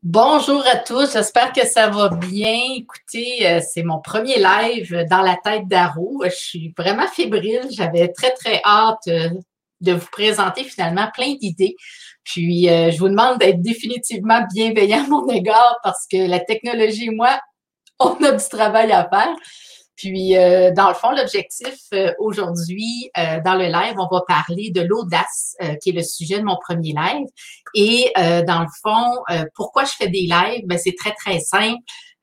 Bonjour à tous, j'espère que ça va bien. Écoutez, c'est mon premier live dans la tête d'Aro. Je suis vraiment fébrile. J'avais très hâte de vous présenter finalement plein d'idées. Puis, je vous demande d'être définitivement bienveillant à mon égard parce que la technologie et moi, on a du travail à faire. Puis, dans le fond, l'objectif aujourd'hui, dans le live, on va parler de l'audace, qui est le sujet de mon premier live. Et dans le fond, pourquoi je fais des lives? Ben, c'est très simple.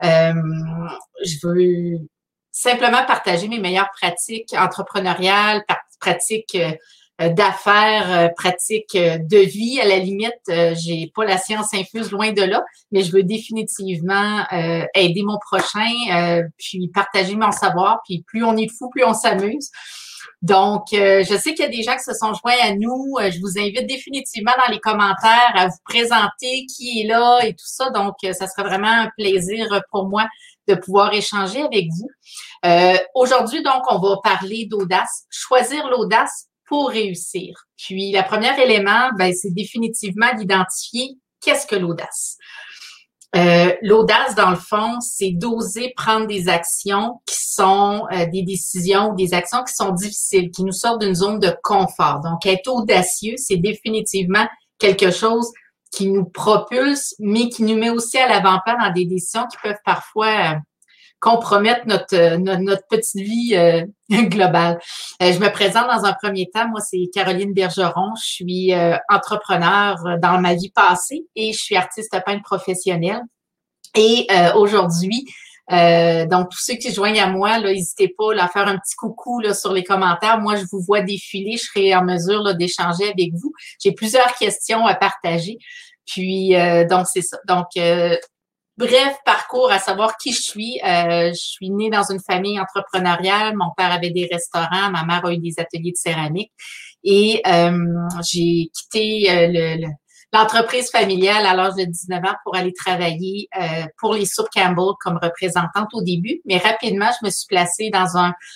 Je veux simplement partager mes meilleures pratiques entrepreneuriales, pratiques d'affaires, pratiques de vie. À la limite, j'ai pas la science infuse, loin de là, mais je veux définitivement aider mon prochain, puis partager mon savoir. Puis plus on est de fous, plus on s'amuse. Donc, je sais qu'il y a des gens qui se sont joints à nous. Je vous invite définitivement dans les commentaires à vous présenter qui est là et tout ça. Donc, ça sera vraiment un plaisir pour moi de pouvoir échanger avec vous. Aujourd'hui, donc, on va parler d'audace. Choisir l'audace pour réussir. Puis, le premier élément, ben, c'est définitivement d'identifier qu'est-ce que l'audace. L'audace, dans le fond, c'est d'oser prendre des actions qui sont des décisions, des actions qui sont difficiles, qui nous sortent d'une zone de confort. Donc, être audacieux, c'est définitivement quelque chose qui nous propulse, mais qui nous met aussi à l'avant-plan dans des décisions qui peuvent parfois compromettre notre petite vie globale. Je me présente dans un premier temps. Moi, c'est Caroline Bergeron. Je suis entrepreneur dans ma vie passée et je suis artiste peintre professionnelle. Et aujourd'hui, donc tous ceux qui se joignent à moi, là, n'hésitez pas là, à faire un petit coucou là, sur les commentaires. Moi, je vous vois défiler. Je serai en mesure là, d'échanger avec vous. J'ai plusieurs questions à partager. Puis, donc, c'est ça. Donc, bref parcours à savoir qui je suis. Je suis née dans une famille entrepreneuriale. Mon père avait des restaurants, ma mère a eu des ateliers de céramique et j'ai quitté l'entreprise familiale à l'âge de 19 ans pour aller travailler pour les soupes Campbell comme représentante au début. Mais rapidement, je me suis placée dans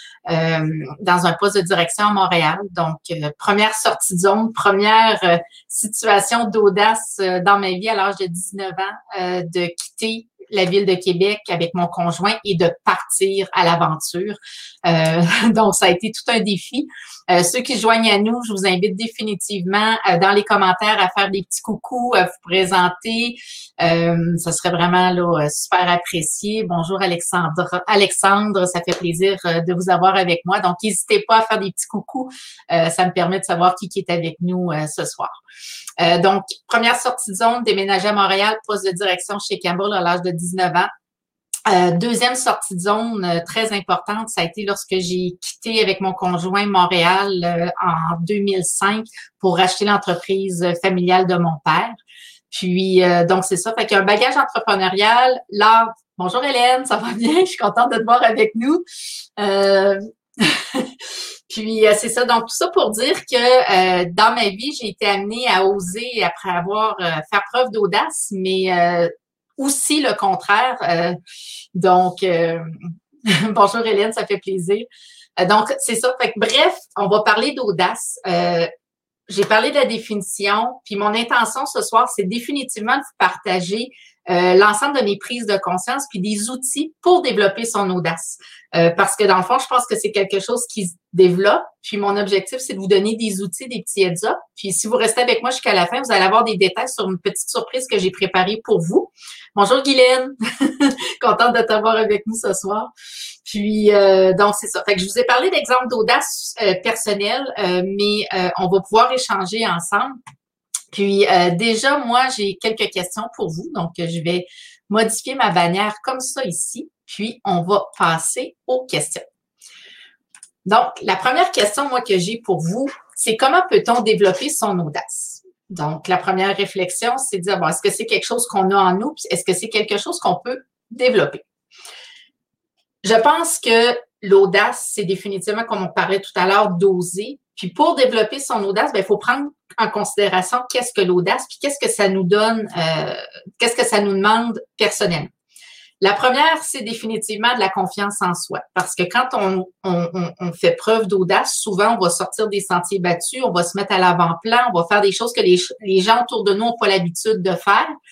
un poste de direction à Montréal. Donc, première sortie de zone, première situation d'audace dans ma vie à l'âge de 19 ans, de quitter la ville de Québec avec mon conjoint et de partir à l'aventure. Donc, ça a été tout un défi. Ceux qui se joignent à nous, je vous invite définitivement dans les commentaires à faire des petits coucous, à vous présenter. Ça serait vraiment là, super apprécié. Bonjour Alexandre, ça fait plaisir de vous avoir avec moi. Donc, n'hésitez pas à faire des petits coucous. Ça me permet de savoir qui est avec nous ce soir. Donc, première sortie de zone, déménager à Montréal, poste de direction chez Campbell à l'âge de 19 ans. Deuxième sortie de zone très importante, ça a été lorsque j'ai quitté avec mon conjoint Montréal en 2005 pour racheter l'entreprise familiale de mon père. Puis, donc, c'est ça. Fait qu'un bagage entrepreneurial. Là, bonjour Hélène, ça va bien? Je suis contente de te voir avec nous. Puis, c'est ça. Donc, tout ça pour dire que dans ma vie, j'ai été amenée à oser après avoir fait preuve d'audace, mais aussi le contraire. Donc, bonjour Hélène, ça fait plaisir. Donc, c'est ça. Fait que, bref, on va parler d'audace. J'ai parlé de la définition, puis mon intention ce soir, c'est définitivement de vous partager l'ensemble de mes prises de conscience puis des outils pour développer son audace. Parce que dans le fond, je pense que c'est quelque chose qui se développe. Puis mon objectif, c'est de vous donner des outils, des petits heads-up. Puis si vous restez avec moi jusqu'à la fin, vous allez avoir des détails sur une petite surprise que j'ai préparée pour vous. Bonjour Guylaine, contente de t'avoir avec nous ce soir. Puis donc c'est ça. Fait que je vous ai parlé d'exemples d'audace personnelle, mais on va pouvoir échanger ensemble. Puis déjà, moi, j'ai quelques questions pour vous. Donc, je vais modifier ma bannière comme ça ici. Puis, on va passer aux questions. Donc, la première question, moi, que j'ai pour vous, c'est comment peut-on développer son audace? Donc, la première réflexion, c'est de dire, bon, est-ce que c'est quelque chose qu'on a en nous? Puis, est-ce que c'est quelque chose qu'on peut développer? Je pense que l'audace, c'est définitivement, comme on parlait tout à l'heure, d'oser. Puis pour développer son audace, il faut prendre en considération qu'est-ce que l'audace, puis qu'est-ce que ça nous donne, qu'est-ce que ça nous demande personnellement. La première, c'est définitivement de la confiance en soi. Parce que quand on fait preuve d'audace, souvent, on va sortir des sentiers battus, on va se mettre à l'avant-plan, on va faire des choses que les gens autour de nous n'ont pas l'habitude de faire.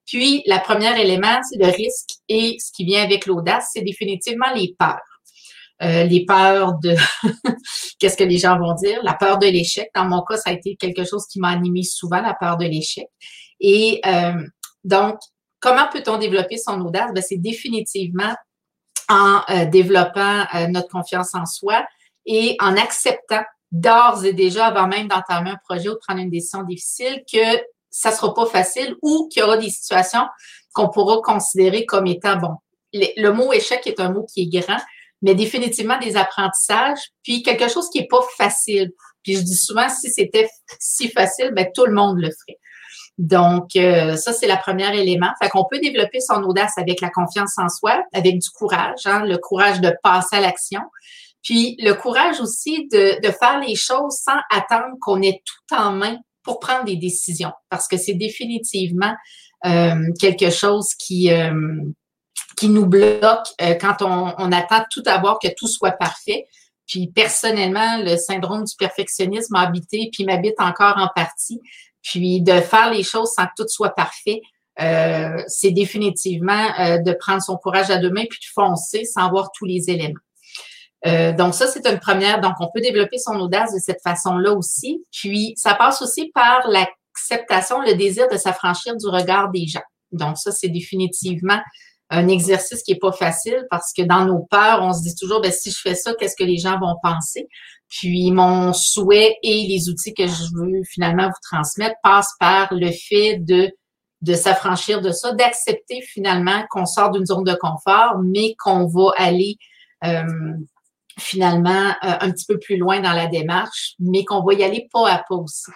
Puis, le premier élément, c'est le risque et ce qui vient avec l'audace, c'est définitivement les peurs. Les peurs de qu'est-ce que les gens vont dire, la peur de l'échec. Dans mon cas, ça a été quelque chose qui m'a animé souvent, la peur de l'échec. Et donc, comment peut-on développer son audace? Ben, c'est définitivement en développant notre confiance en soi et en acceptant d'ores et déjà, avant même d'entamer un projet ou de prendre une décision difficile, que ça sera pas facile ou qu'il y aura des situations qu'on pourra considérer comme étant, bon, le mot échec est un mot qui est grand, mais définitivement des apprentissages, puis quelque chose qui est pas facile. Puis je dis souvent, si c'était si facile, ben tout le monde le ferait. Donc, ça, c'est le premier élément. Fait qu'on peut développer son audace avec la confiance en soi, avec du courage, hein, le courage de passer à l'action. Puis le courage aussi de faire les choses sans attendre qu'on ait tout en main pour prendre des décisions. Parce que c'est définitivement quelque chose qui nous bloque quand on attend tout d'abord que tout soit parfait. Puis personnellement, le syndrome du perfectionnisme m'a habité puis m'habite encore en partie. Puis de faire les choses sans que tout soit parfait, c'est définitivement de prendre son courage à deux mains puis de foncer sans voir tous les éléments. Donc ça, c'est une première. Donc, on peut développer son audace de cette façon-là aussi. Puis, ça passe aussi par l'acceptation, le désir de s'affranchir du regard des gens. Donc, ça, c'est définitivement un exercice qui est pas facile parce que dans nos peurs, on se dit toujours, ben si je fais ça, qu'est-ce que les gens vont penser? Puis, mon souhait et les outils que je veux finalement vous transmettre passent par le fait de s'affranchir de ça, d'accepter finalement qu'on sort d'une zone de confort, mais qu'on va aller finalement un petit peu plus loin dans la démarche, mais qu'on va y aller pas à pas aussi.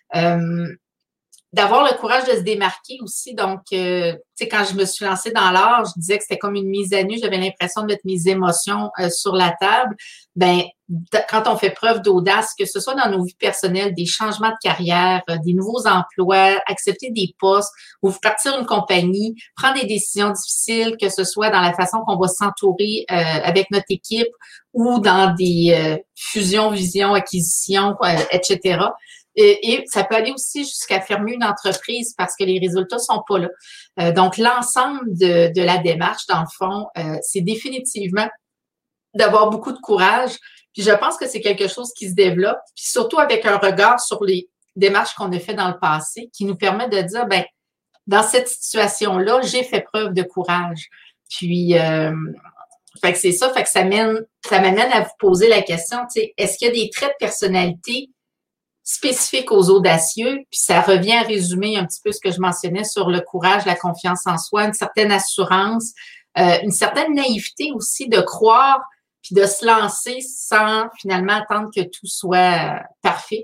D'avoir le courage de se démarquer aussi. Donc, tu sais, quand je me suis lancée dans l'art, je disais que c'était comme une mise à nu. J'avais l'impression de mettre mes émotions sur la table. Ben, quand on fait preuve d'audace, que ce soit dans nos vies personnelles, des changements de carrière, des nouveaux emplois, accepter des postes, ou partir une compagnie, prendre des décisions difficiles, que ce soit dans la façon qu'on va s'entourer avec notre équipe ou dans des fusions, visions, acquisitions, etc. Et ça peut aller aussi jusqu'à fermer une entreprise parce que les résultats sont pas là. Donc, l'ensemble de la démarche, dans le fond, c'est définitivement d'avoir beaucoup de courage. Puis je pense que c'est quelque chose qui se développe, puis surtout avec un regard sur les démarches qu'on a fait dans le passé, qui nous permet de dire, ben dans cette situation-là, j'ai fait preuve de courage. Puis, fait que c'est ça, fait que ça m'amène à vous poser la question, tu sais, est-ce qu'il y a des traits de personnalité spécifique aux audacieux, puis ça revient à résumer un petit peu ce que je mentionnais sur le courage, la confiance en soi, une certaine assurance, une certaine naïveté aussi de croire puis de se lancer sans finalement attendre que tout soit parfait.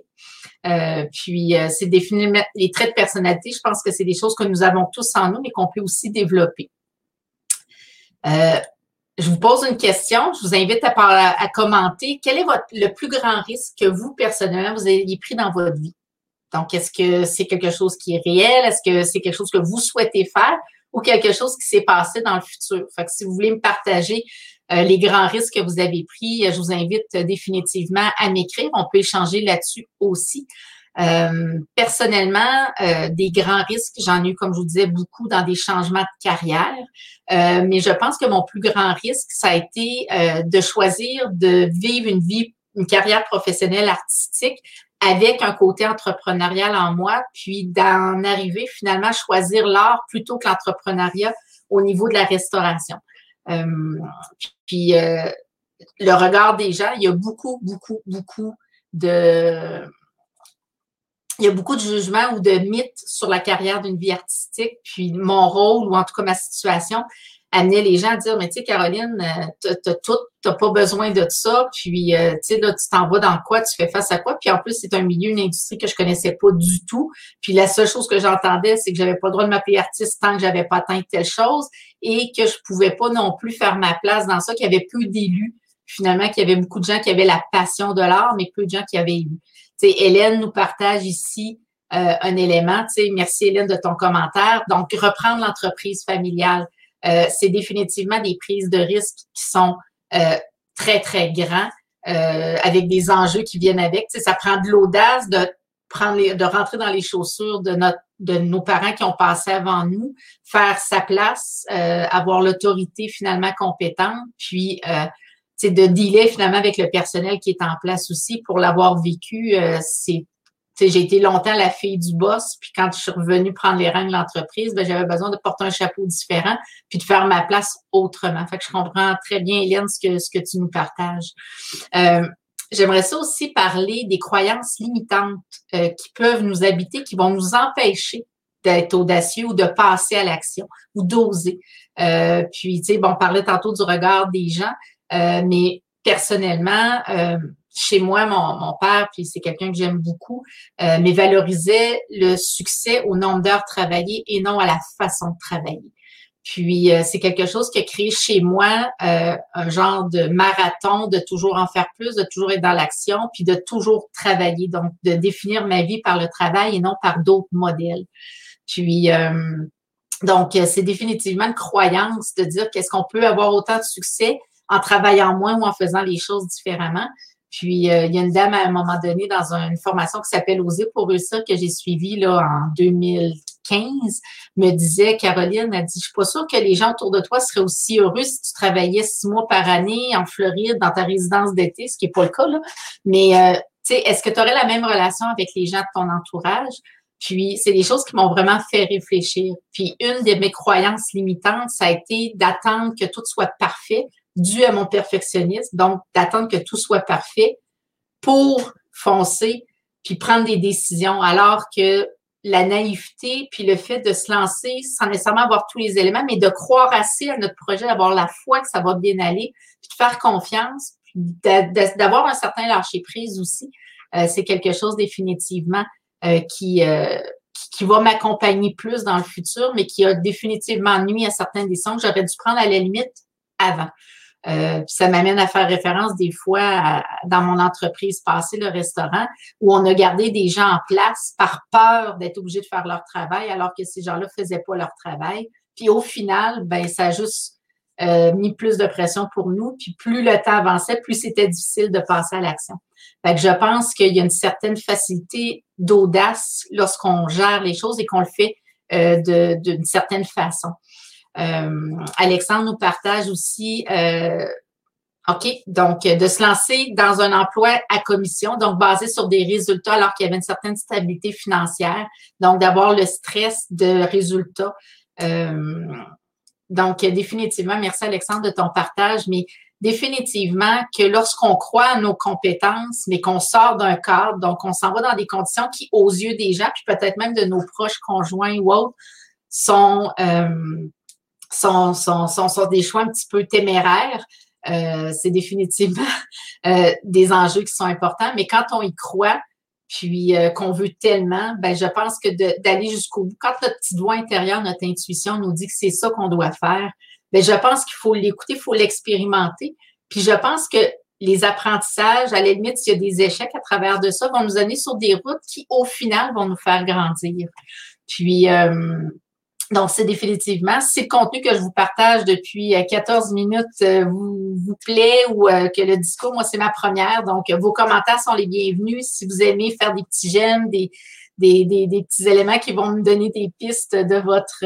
C'est définitivement les traits de personnalité, je pense que c'est des choses que nous avons tous en nous, mais qu'on peut aussi développer. Je vous pose une question. Je vous invite à commenter. Quel est le plus grand risque que vous, personnellement, vous ayez pris dans votre vie? Donc, est-ce que c'est quelque chose qui est réel? Est-ce que c'est quelque chose que vous souhaitez faire ou quelque chose qui s'est passé dans le futur? Fait que si vous voulez me partager les grands risques que vous avez pris, je vous invite définitivement à m'écrire. On peut échanger là-dessus aussi. Personnellement, des grands risques, j'en ai eu, comme je vous disais, beaucoup dans des changements de carrière. Mais je pense que mon plus grand risque, ça a été de choisir de vivre une carrière professionnelle artistique avec un côté entrepreneurial en moi, puis d'en arriver finalement à choisir l'art plutôt que l'entrepreneuriat au niveau de la restauration. Le regard des gens, il y a beaucoup de jugements ou de mythes sur la carrière d'une vie artistique. Puis mon rôle, ou en tout cas ma situation, amenait les gens à dire, mais tu sais, Caroline, t'as pas besoin de ça. Puis, tu sais, là, tu t'en vas dans quoi, tu fais face à quoi. Puis en plus, c'est un milieu, une industrie que je connaissais pas du tout. Puis la seule chose que j'entendais, c'est que j'avais pas le droit de m'appeler artiste tant que j'avais pas atteint telle chose et que je pouvais pas non plus faire ma place dans ça, qu'il y avait peu d'élus. Finalement, qu'il y avait beaucoup de gens qui avaient la passion de l'art, mais peu de gens qui avaient eu. Tu sais, Hélène nous partage ici un élément. Tu sais, merci Hélène de ton commentaire. Donc, reprendre l'entreprise familiale, c'est définitivement des prises de risques qui sont très, très grands, avec des enjeux qui viennent avec. Tu sais, ça prend de l'audace de rentrer dans les chaussures de notre de nos parents qui ont passé avant nous, faire sa place, avoir l'autorité finalement compétente, puis de dealer finalement avec le personnel qui est en place aussi. Pour l'avoir vécu, j'ai été longtemps la fille du boss, puis quand je suis revenue prendre les rênes de l'entreprise, ben, j'avais besoin de porter un chapeau différent, puis de faire ma place autrement. Fait que je comprends très bien, Hélène, ce que tu nous partages. J'aimerais ça aussi parler des croyances limitantes qui peuvent nous habiter, qui vont nous empêcher d'être audacieux ou de passer à l'action ou d'oser. Puis, tu sais, bon, on parlait tantôt du regard des gens, mais personnellement, chez moi, mon père, puis c'est quelqu'un que j'aime beaucoup, mais valorisait le succès au nombre d'heures travaillées et non à la façon de travailler. Puis, c'est quelque chose qui a créé chez moi un genre de marathon, de toujours en faire plus, de toujours être dans l'action, puis de toujours travailler. Donc, de définir ma vie par le travail et non par d'autres modèles. Puis, donc, c'est définitivement une croyance de dire qu'est-ce qu'on peut avoir autant de succès en travaillant moins ou en faisant les choses différemment. Puis, il y a une dame à un moment donné dans une formation qui s'appelle Oser pour réussir que j'ai suivie là, en 2015, me disait, Caroline, elle dit, je suis pas sûre que les gens autour de toi seraient aussi heureux si tu travaillais 6 mois par année en Floride dans ta résidence d'été, ce qui est pas le cas, là. Mais, tu sais, est-ce que tu aurais la même relation avec les gens de ton entourage? Puis, c'est des choses qui m'ont vraiment fait réfléchir. Puis, une de mes croyances limitantes, ça a été d'attendre que tout soit parfait, dû à mon perfectionnisme, donc d'attendre que tout soit parfait pour foncer puis prendre des décisions, alors que la naïveté puis le fait de se lancer sans nécessairement avoir tous les éléments, mais de croire assez à notre projet, d'avoir la foi que ça va bien aller, puis de faire confiance, puis d'avoir un certain lâcher-prise aussi, c'est quelque chose définitivement qui va m'accompagner plus dans le futur, mais qui a définitivement nuit à certaines décisions que j'aurais dû prendre à la limite avant. Puis ça m'amène à faire référence des fois dans mon entreprise passée, le restaurant, où on a gardé des gens en place par peur d'être obligés de faire leur travail, alors que ces gens-là faisaient pas leur travail. Puis au final, ben ça a juste mis plus de pression pour nous. Puis plus le temps avançait, plus c'était difficile de passer à l'action. Fait que je pense qu'il y a une certaine facilité d'audace lorsqu'on gère les choses et qu'on le fait d'une certaine façon. Alexandre nous partage aussi, OK, donc de se lancer dans un emploi à commission, donc basé sur des résultats alors qu'il y avait une certaine stabilité financière, donc d'avoir le stress de résultats. Donc, définitivement, merci Alexandre de ton partage, mais définitivement que lorsqu'on croit à nos compétences, mais qu'on sort d'un cadre, donc on s'en va dans des conditions qui, aux yeux des gens, puis peut-être même de nos proches conjoints ou autres, sont des choix un petit peu téméraires. C'est définitivement des enjeux qui sont importants, mais quand on y croit, puis qu'on veut tellement, ben je pense que d'aller jusqu'au bout, quand notre petite voix intérieure, notre intuition nous dit que c'est ça qu'on doit faire, ben je pense qu'il faut l'écouter, il faut l'expérimenter. Puis je pense que les apprentissages, à la limite, s'il y a des échecs à travers de ça, vont nous amener sur des routes qui, au final, vont nous faire grandir. Puis donc, c'est définitivement, si le contenu que je vous partage depuis 14 minutes vous plaît ou que le discours, moi, c'est ma première. Donc, vos commentaires sont les bienvenus. Si vous aimez faire des petits j'aime, des petits éléments qui vont me donner des pistes de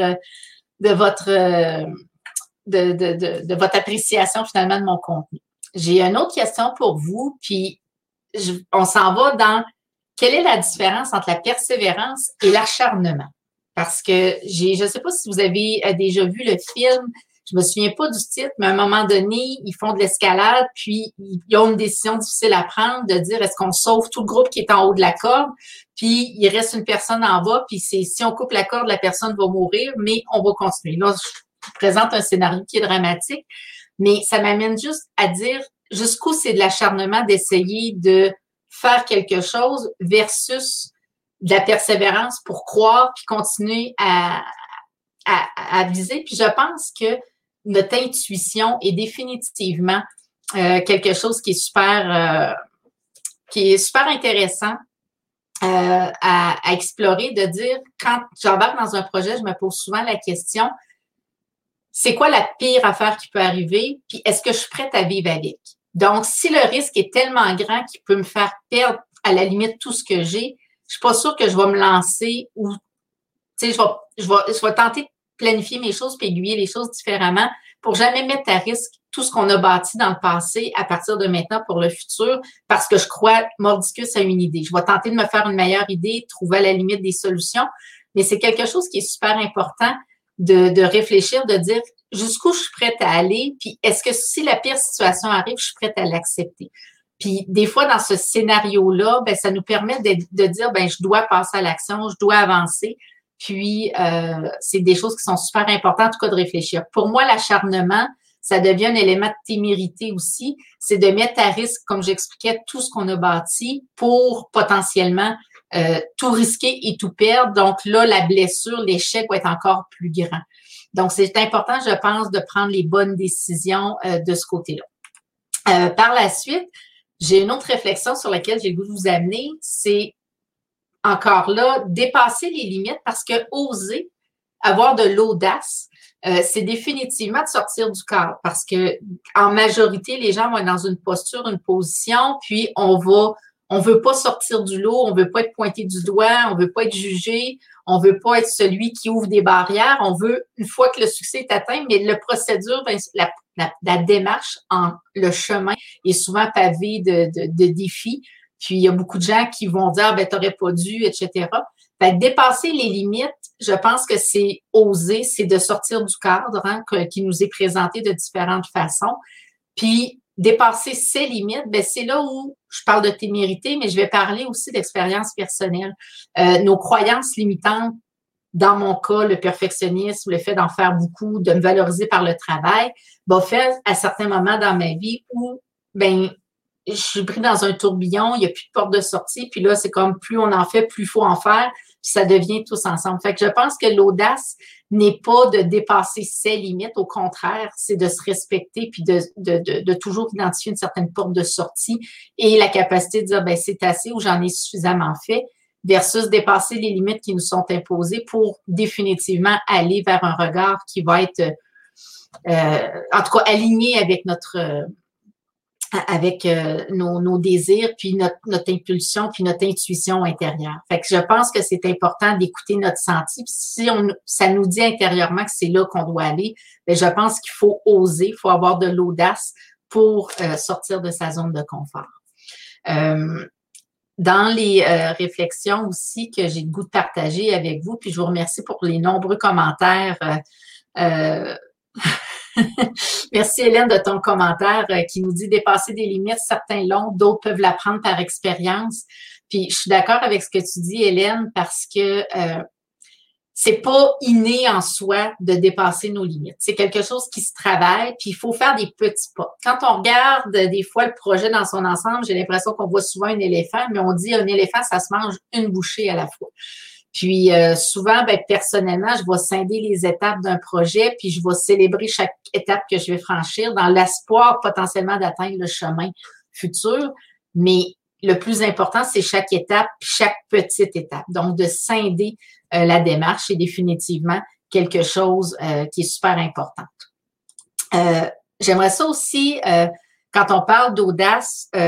votre appréciation finalement de mon contenu. J'ai une autre question pour vous, puis on s'en va dans quelle est la différence entre la persévérance et l'acharnement? Parce que je ne sais pas si vous avez déjà vu le film, je me souviens pas du titre, mais à un moment donné, ils font de l'escalade, puis ils ont une décision difficile à prendre de dire est-ce qu'on sauve tout le groupe qui est en haut de la corde, puis il reste une personne en bas, puis si on coupe la corde, la personne va mourir, mais on va continuer. Là, je vous présente un scénario qui est dramatique, mais ça m'amène juste à dire jusqu'où c'est de l'acharnement d'essayer de faire quelque chose versus de la persévérance pour croire puis continuer à viser. Puis je pense que notre intuition est définitivement quelque chose qui est super intéressant à explorer, de dire quand j'embarque dans un projet, je me pose souvent la question, c'est quoi la pire affaire qui peut arriver? Puis est-ce que je suis prête à vivre avec? Donc, si le risque est tellement grand qu'il peut me faire perdre à la limite tout ce que j'ai, je suis pas sûre que je vais me lancer ou tu sais, je vais tenter de planifier mes choses puis aiguiller les choses différemment pour jamais mettre à risque tout ce qu'on a bâti dans le passé à partir de maintenant pour le futur parce que je crois mordicus à une idée. Je vais tenter de me faire une meilleure idée, trouver à la limite des solutions, mais c'est quelque chose qui est super important de réfléchir, de dire jusqu'où je suis prête à aller, puis est-ce que si la pire situation arrive, je suis prête à l'accepter. Puis des fois, dans ce scénario-là, ben ça nous permet de dire, ben je dois passer à l'action, je dois avancer. Puis, c'est des choses qui sont super importantes, en tout cas, de réfléchir. Pour moi, l'acharnement, ça devient un élément de témérité aussi. C'est de mettre à risque, comme j'expliquais, tout ce qu'on a bâti pour potentiellement tout risquer et tout perdre. Donc là, la blessure, l'échec va être encore plus grand. Donc, c'est important, je pense, de prendre les bonnes décisions de ce côté-là. Par la suite, j'ai une autre réflexion sur laquelle j'ai le goût de vous amener, c'est encore là, dépasser les limites parce que oser, avoir de l'audace, c'est définitivement de sortir du cadre parce que en majorité, les gens vont être dans une posture, une position, puis on veut pas sortir du lot, on veut pas être pointé du doigt, on veut pas être jugé, on veut pas être celui qui ouvre des barrières, on veut, une fois que le succès est atteint, mais la procédure, ben, la démarche, le chemin est souvent pavé de défis. Puis, il y a beaucoup de gens qui vont dire, ben, t'aurais pas dû, etc. Fait que dépasser les limites, je pense que c'est oser, c'est de sortir du cadre hein, qui nous est présenté de différentes façons. Puis, dépasser ses limites, ben, c'est là où je parle de témérité, mais je vais parler aussi d'expérience personnelle. Nos croyances limitantes, dans mon cas, le perfectionnisme, le fait d'en faire beaucoup, de me valoriser par le travail, va faire à certains moments dans ma vie où, ben, je suis pris dans un tourbillon, il n'y a plus de porte de sortie, puis là, c'est comme plus on en fait, plus il faut en faire, puis ça devient tous ensemble. Fait que je pense que l'audace n'est pas de dépasser ses limites, au contraire, c'est de se respecter puis de toujours identifier une certaine porte de sortie et la capacité de dire, ben c'est assez ou j'en ai suffisamment fait, versus dépasser les limites qui nous sont imposées pour définitivement aller vers un regard qui va être, en tout cas, aligné avec nos désirs, puis notre impulsion, puis notre intuition intérieure. Fait que je pense que c'est important d'écouter notre senti. Puis si ça nous dit intérieurement que c'est là qu'on doit aller, bien, je pense qu'il faut oser, il faut avoir de l'audace pour sortir de sa zone de confort. Dans les réflexions aussi que j'ai le goût de partager avec vous, puis je vous remercie pour les nombreux commentaires Merci Hélène de ton commentaire qui nous dit dépasser des limites, certains l'ont, d'autres peuvent l'apprendre par expérience. Puis je suis d'accord avec ce que tu dis Hélène parce que c'est pas inné en soi de dépasser nos limites. C'est quelque chose qui se travaille, puis il faut faire des petits pas. Quand on regarde des fois le projet dans son ensemble, j'ai l'impression qu'on voit souvent un éléphant, mais on dit un éléphant, ça se mange une bouchée à la fois. Puis souvent, ben, personnellement, je vais scinder les étapes d'un projet, puis je vais célébrer chaque étape que je vais franchir dans l'espoir potentiellement d'atteindre le chemin futur. Mais le plus important, c'est chaque étape, chaque petite étape. Donc, de scinder la démarche est définitivement quelque chose qui est super important. J'aimerais ça aussi, quand on parle d'audace, tu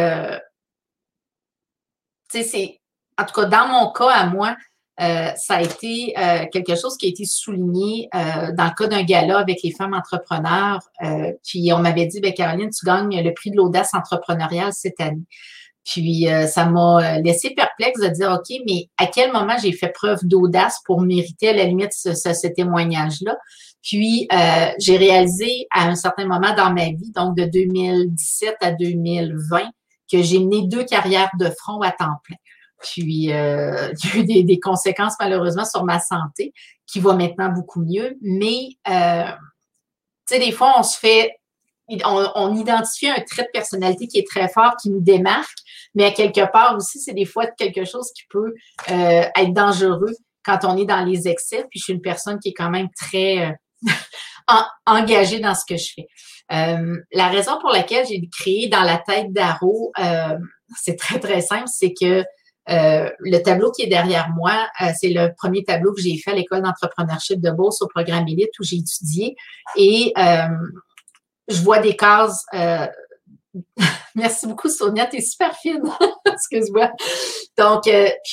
sais, c'est, en tout cas, dans mon cas à moi, ça a été quelque chose qui a été souligné dans le cas d'un gala avec les femmes entrepreneurs. Puis on m'avait dit, ben Caroline, tu gagnes le prix de l'audace entrepreneuriale cette année. Puis ça m'a laissé perplexe de dire, OK, mais à quel moment j'ai fait preuve d'audace pour mériter à la limite ce témoignage-là? Puis j'ai réalisé à un certain moment dans ma vie, donc de 2017 à 2020, que j'ai mené 2 carrières de front à temps plein. Puis, il y a eu des conséquences, malheureusement, sur ma santé, qui va maintenant beaucoup mieux. Mais, tu sais, des fois, on identifie un trait de personnalité qui est très fort, qui nous démarque, mais à quelque part aussi, c'est des fois quelque chose qui peut être dangereux quand on est dans les excès. Puis, je suis une personne qui est quand même très engagée dans ce que je fais. La raison pour laquelle j'ai créé Dans la tête d'Aro, c'est très, très simple, c'est que le tableau qui est derrière moi, c'est le premier tableau que j'ai fait à l'école d'entrepreneurship de Beauce au programme élite où j'ai étudié et je vois des cases Merci beaucoup, Sonia, t'es super fine. Excuse-moi. Donc,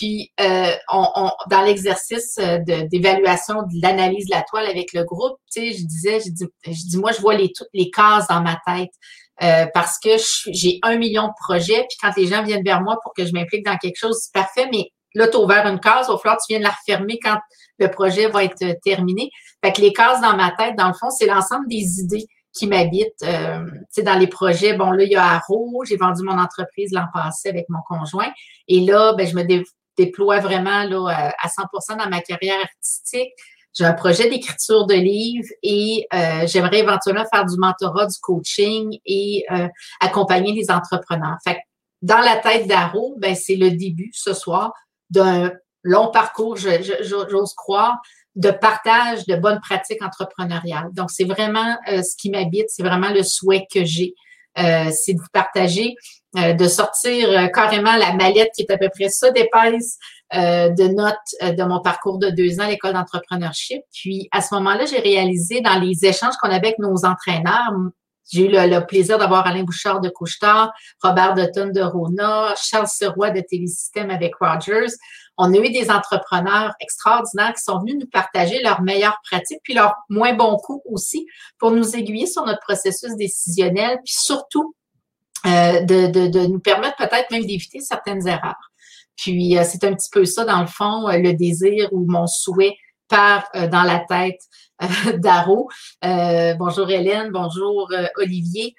dans l'exercice d'évaluation de l'analyse de la toile avec le groupe, tu sais, je dis, moi, je vois toutes les cases dans ma tête. Parce que j'ai 1 million de projets, puis quand les gens viennent vers moi pour que je m'implique dans quelque chose, c'est parfait, mais là, tu as ouvert une case, il va falloir que tu viennes la refermer quand le projet va être terminé. Fait que les cases dans ma tête, dans le fond, c'est l'ensemble des idées qui m'habitent. Tu sais, dans les projets, bon, là, il y a Arrow, j'ai vendu mon entreprise l'an passé avec mon conjoint, et là, ben, je me déploie vraiment là, à 100% dans ma carrière artistique. J'ai un projet d'écriture de livres et j'aimerais éventuellement faire du mentorat, du coaching et accompagner les entrepreneurs. Fait que dans la tête d'Arrow, ben, c'est le début ce soir d'un long parcours, j'ose croire, de partage de bonnes pratiques entrepreneuriales. Donc, c'est vraiment ce qui m'habite, c'est vraiment le souhait que j'ai, c'est de vous partager, de sortir carrément la mallette qui est à peu près ça d'épaisse, de notes de mon parcours de 2 ans à l'école d'entrepreneurship. Puis, à ce moment-là, j'ai réalisé dans les échanges qu'on avait avec nos entraîneurs, j'ai eu le plaisir d'avoir Alain Bouchard de Couche-Tard, Robert Dutton de Rona, Charles Sirois de Télésystème avec Rogers. On a eu des entrepreneurs extraordinaires qui sont venus nous partager leurs meilleures pratiques puis leurs moins bons coups aussi pour nous aiguiller sur notre processus décisionnel puis surtout de nous permettre peut-être même d'éviter certaines erreurs. Puis, c'est un petit peu ça, dans le fond, le désir ou mon souhait part dans la tête d'Arrow. Bonjour Hélène, bonjour Olivier.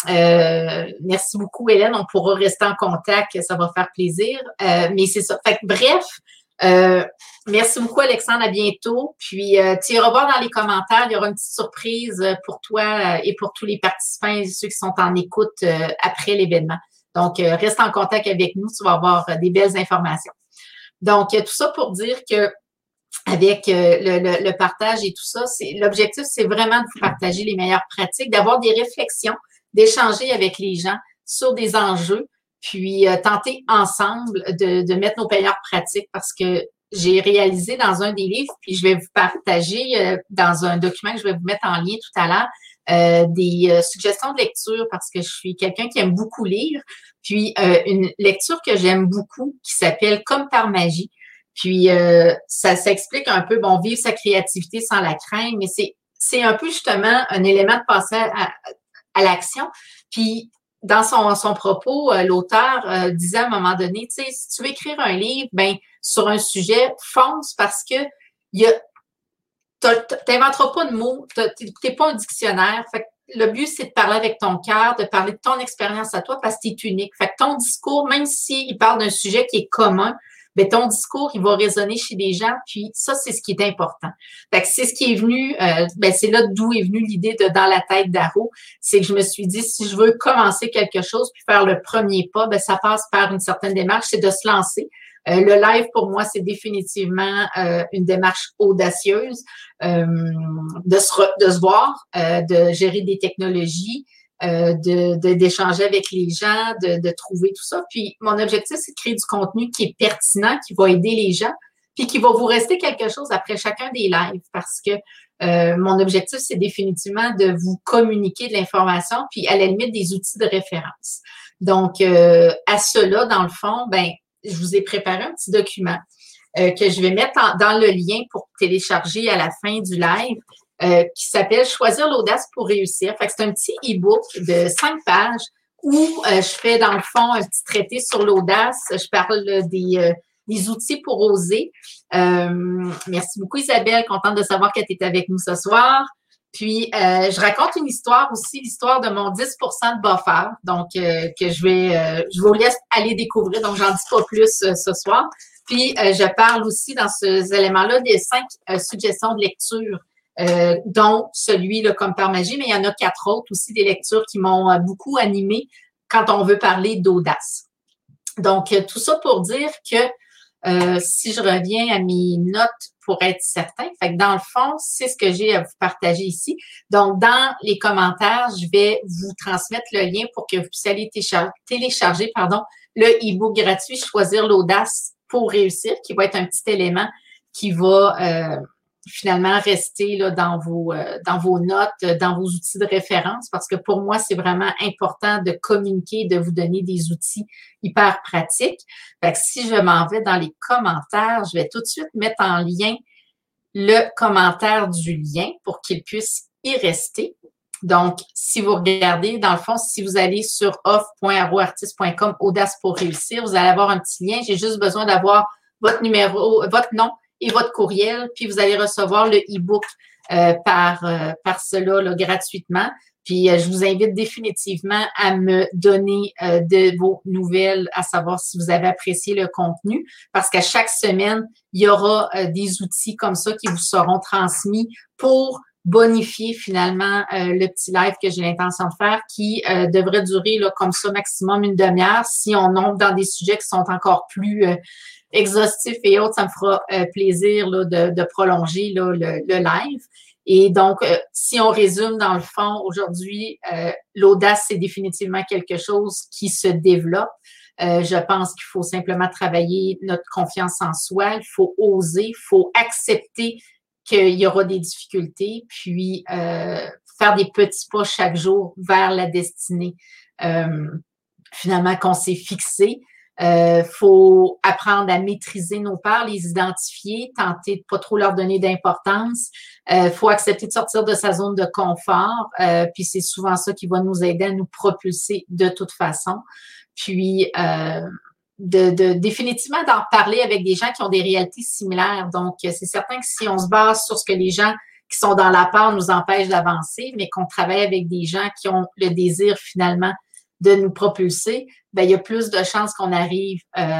Merci beaucoup Hélène, on pourra rester en contact, ça va faire plaisir. Mais c'est ça. Fait que, bref, merci beaucoup Alexandre, à bientôt. Puis tu iras voir dans les commentaires, il y aura une petite surprise pour toi et pour tous les participants et ceux qui sont en écoute après l'événement. Donc, reste en contact avec nous, tu vas avoir des belles informations. Donc, tout ça pour dire que avec le partage et tout ça, l'objectif, c'est vraiment de vous partager les meilleures pratiques, d'avoir des réflexions, d'échanger avec les gens sur des enjeux, puis tenter ensemble de mettre nos meilleures pratiques parce que j'ai réalisé dans un des livres, puis je vais vous partager dans un document que je vais vous mettre en lien tout à l'heure, des suggestions de lecture parce que je suis quelqu'un qui aime beaucoup lire. Puis, une lecture que j'aime beaucoup qui s'appelle Comme par magie. Puis, ça s'explique un peu, bon, vivre sa créativité sans la craindre, mais c'est un peu justement un élément de passer à l'action. Puis, dans son propos, l'auteur disait à un moment donné, tu sais, si tu veux écrire un livre, ben sur un sujet, fonce parce que t'inventeras pas de mots, t'es pas un dictionnaire. Fait que le but, c'est de parler avec ton cœur, de parler de ton expérience à toi parce que t'es unique. Fait que ton discours, même s'il parle d'un sujet qui est commun, ben ton discours, il va résonner chez des gens, puis ça, c'est ce qui est important. Fait que c'est ce qui est venu, c'est là d'où est venue l'idée de Dans la tête d'Arrow. C'est que je me suis dit, si je veux commencer quelque chose puis faire le premier pas, ben ça passe par une certaine démarche, c'est de se lancer. Le live, pour moi, c'est définitivement une démarche audacieuse de se voir, de gérer des technologies, d'échanger avec les gens, de trouver tout ça. Puis, mon objectif, c'est de créer du contenu qui est pertinent, qui va aider les gens, puis qui va vous rester quelque chose après chacun des lives parce que mon objectif, c'est définitivement de vous communiquer de l'information, puis à la limite, des outils de référence. Donc, à cela, dans le fond, ben je vous ai préparé un petit document que je vais mettre dans le lien pour télécharger à la fin du live qui s'appelle « Choisir l'audace pour réussir ». Fait que c'est un petit e-book de 5 pages où je fais dans le fond un petit traité sur l'audace. Je parle des outils pour oser. Merci beaucoup Isabelle, contente de savoir que tu es avec nous ce soir. Puis, je raconte une histoire aussi, l'histoire de mon 10% de buffer, donc que je vous laisse aller découvrir, donc j'en dis pas plus ce soir. Puis, je parle aussi dans ces éléments-là des 5 suggestions de lecture, dont celui là, Comme par magie, mais il y en a 4 autres aussi, des lectures qui m'ont beaucoup animée quand on veut parler d'audace. Donc, tout ça pour dire que si je reviens à mes notes pour être certain, fait que dans le fond, c'est ce que j'ai à vous partager ici. Donc, dans les commentaires, je vais vous transmettre le lien pour que vous puissiez aller télécharger le e-book gratuit « Choisir l'audace pour réussir », qui va être un petit élément qui va finalement rester là, dans vos notes, dans vos outils de référence, parce que pour moi, c'est vraiment important de communiquer, de vous donner des outils hyper pratiques. Fait que si je m'en vais dans les commentaires, je vais tout de suite mettre en lien le commentaire du lien pour qu'il puisse y rester. Donc, si vous regardez, dans le fond, si vous allez sur off.arroartiste.com, Audace pour réussir, vous allez avoir un petit lien. J'ai juste besoin d'avoir votre numéro, votre nom et votre courriel, puis vous allez recevoir le e-book par cela là, gratuitement. Puis, je vous invite définitivement à me donner de vos nouvelles, à savoir si vous avez apprécié le contenu, parce qu'à chaque semaine, il y aura des outils comme ça qui vous seront transmis pour bonifier finalement le petit live que j'ai l'intention de faire qui devrait durer là, comme ça maximum une demi-heure. Si on entre dans des sujets qui sont encore plus exhaustifs et autres, ça me fera plaisir là, de prolonger là, le live. Et donc, si on résume dans le fond, aujourd'hui, l'audace, c'est définitivement quelque chose qui se développe. Je pense qu'il faut simplement travailler notre confiance en soi, il faut oser, il faut accepter qu'il y aura des difficultés, puis faire des petits pas chaque jour vers la destinée finalement qu'on s'est fixée. Faut apprendre à maîtriser nos peurs, les identifier, tenter de pas trop leur donner d'importance. Faut accepter de sortir de sa zone de confort, puis c'est souvent ça qui va nous aider à nous propulser de toute façon. Puis définitivement d'en parler avec des gens qui ont des réalités similaires. Donc, c'est certain que si on se base sur ce que les gens qui sont dans la peur nous empêchent d'avancer, mais qu'on travaille avec des gens qui ont le désir finalement de nous propulser, ben il y a plus de chances qu'on arrive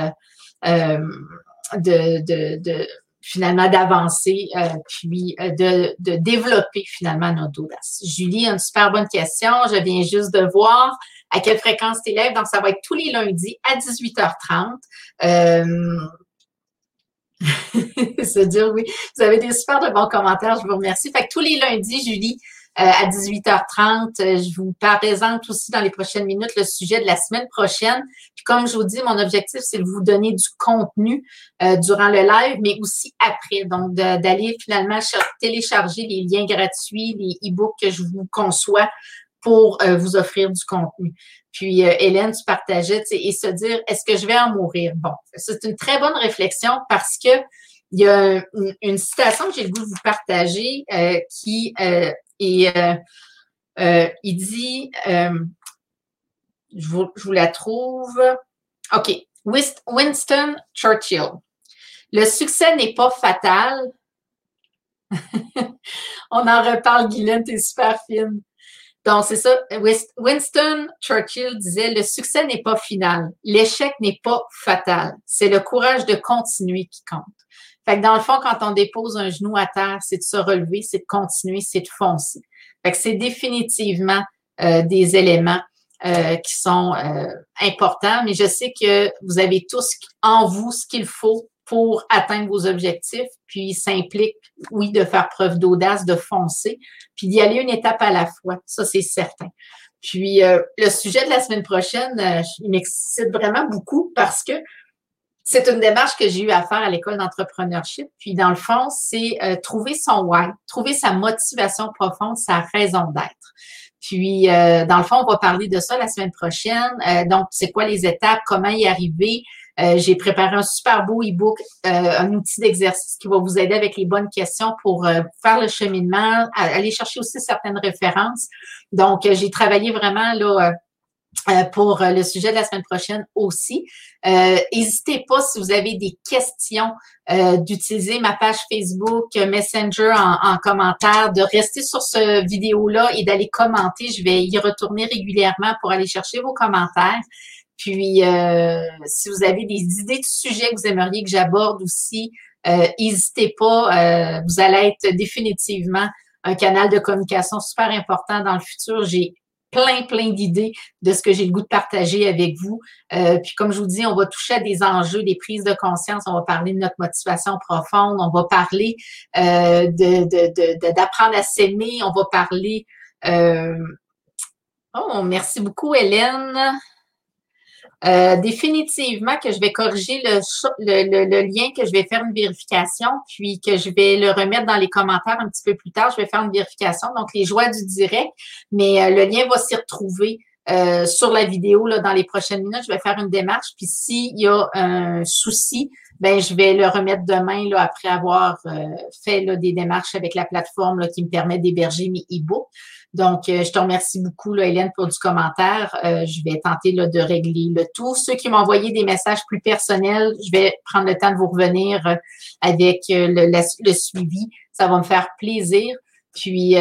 finalement d'avancer puis de développer finalement notre audace. Julie, une super bonne question. Je viens juste de voir à quelle fréquence tu es live. Donc, ça va être tous les lundis à 18h30. Se dire oui. Vous avez des super de bons commentaires. Je vous remercie. Fait que tous les lundis, Julie, à 18h30, je vous présente aussi dans les prochaines minutes le sujet de la semaine prochaine. Puis comme je vous dis, mon objectif, c'est de vous donner du contenu durant le live, mais aussi après. Donc, d'aller finalement télécharger les liens gratuits, les e-books que je vous conçois pour vous offrir du contenu. Puis, Hélène, tu partageais, et se dire, est-ce que je vais en mourir? Bon, c'est une très bonne réflexion parce que il y a une citation que j'ai le goût de vous partager qui il dit, je vous la trouve, OK, Winston Churchill. Le succès n'est pas fatal. On en reparle, Guylaine, t'es super fine. Donc, c'est ça. Winston Churchill disait, le succès n'est pas final. L'échec n'est pas fatal. C'est le courage de continuer qui compte. Fait que dans le fond, quand on dépose un genou à terre, c'est de se relever, c'est de continuer, c'est de foncer. Fait que c'est définitivement des éléments qui sont importants, mais je sais que vous avez tous en vous ce qu'il faut pour atteindre vos objectifs, puis ça implique, oui, de faire preuve d'audace, de foncer, puis d'y aller une étape à la fois, ça c'est certain. Puis le sujet de la semaine prochaine, il m'excite vraiment beaucoup parce que c'est une démarche que j'ai eu à faire à l'école d'entrepreneurship. Puis, dans le fond, c'est trouver son why, trouver sa motivation profonde, sa raison d'être. Puis, dans le fond, on va parler de ça la semaine prochaine. Donc, c'est quoi les étapes, comment y arriver. J'ai préparé un super beau e-book, un outil d'exercice qui va vous aider avec les bonnes questions pour faire le cheminement, aller chercher aussi certaines références. Donc, j'ai travaillé vraiment là pour le sujet de la semaine prochaine aussi. N'hésitez pas, si vous avez des questions, d'utiliser ma page Facebook, Messenger en commentaire, de rester sur ce vidéo-là et d'aller commenter. Je vais y retourner régulièrement pour aller chercher vos commentaires. Puis, si vous avez des idées de sujets que vous aimeriez que j'aborde aussi, n'hésitez pas. Vous allez être définitivement un canal de communication super important dans le futur. J'ai plein d'idées de ce que j'ai le goût de partager avec vous. Puis comme je vous dis, on va toucher à des enjeux, des prises de conscience, on va parler de notre motivation profonde, on va parler d'apprendre à s'aimer, on va parler... Oh, merci beaucoup, Hélène. Définitivement que je vais corriger le lien, que je vais faire une vérification, puis que je vais le remettre dans les commentaires un petit peu plus tard. Je vais faire une vérification, donc les joies du direct, mais le lien va s'y retrouver sur la vidéo là, dans les prochaines minutes. Je vais faire une démarche, puis s'il y a un souci, ben je vais le remettre demain là, après avoir fait là, des démarches avec la plateforme là, qui me permet d'héberger mes e-books. Donc, je te remercie beaucoup, là, Hélène, pour du commentaire. Je vais tenter là, de régler le tout. Ceux qui m'ont envoyé des messages plus personnels, je vais prendre le temps de vous revenir avec le suivi. Ça va me faire plaisir. Puis,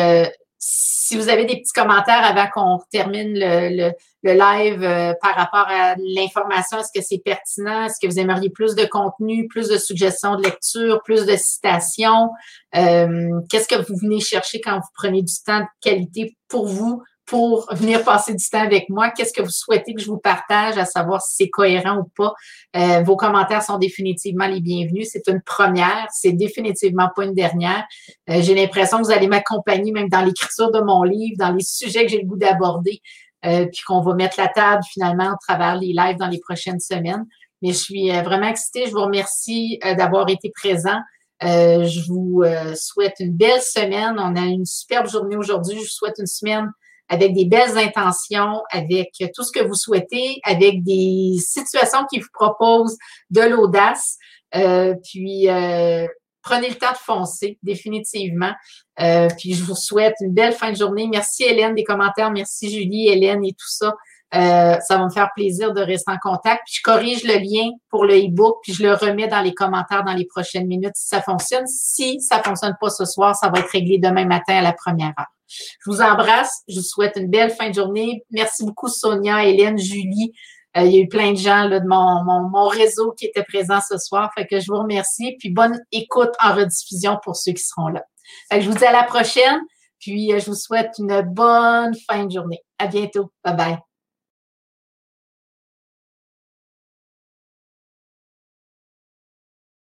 si vous avez des petits commentaires avant qu'on termine le live par rapport à l'information, est-ce que c'est pertinent? Est-ce que vous aimeriez plus de contenu, plus de suggestions de lecture, plus de citations? Qu'est-ce que vous venez chercher quand vous prenez du temps de qualité pour vous, pour venir passer du temps avec moi? Qu'est-ce que vous souhaitez que je vous partage, à savoir si c'est cohérent ou pas? Vos commentaires sont définitivement les bienvenus. C'est une première, c'est définitivement pas une dernière. J'ai l'impression que vous allez m'accompagner même dans l'écriture de mon livre, dans les sujets que j'ai le goût d'aborder, puis qu'on va mettre la table finalement à travers les lives dans les prochaines semaines. Mais je suis vraiment excitée. Je vous remercie d'avoir été présent. Je vous souhaite une belle semaine. On a une superbe journée aujourd'hui. Je vous souhaite une semaine avec des belles intentions, avec tout ce que vous souhaitez, avec des situations qui vous proposent de l'audace. Puis, prenez le temps de foncer, définitivement. Puis, je vous souhaite une belle fin de journée. Merci, Hélène, des commentaires. Merci, Julie, Hélène et tout ça. Ça va me faire plaisir de rester en contact. Puis je corrige le lien pour le e-book, puis je le remets dans les commentaires dans les prochaines minutes si ça fonctionne. Si ça fonctionne pas ce soir, ça va être réglé demain matin à la première heure. Je vous embrasse. Je vous souhaite une belle fin de journée. Merci beaucoup, Sonia, Hélène, Julie. Il y a eu plein de gens là, de mon réseau qui étaient présents ce soir. Fait que je vous remercie. Puis bonne écoute en rediffusion pour ceux qui seront là. Fait que je vous dis à la prochaine. Puis je vous souhaite une bonne fin de journée. À bientôt. Bye bye.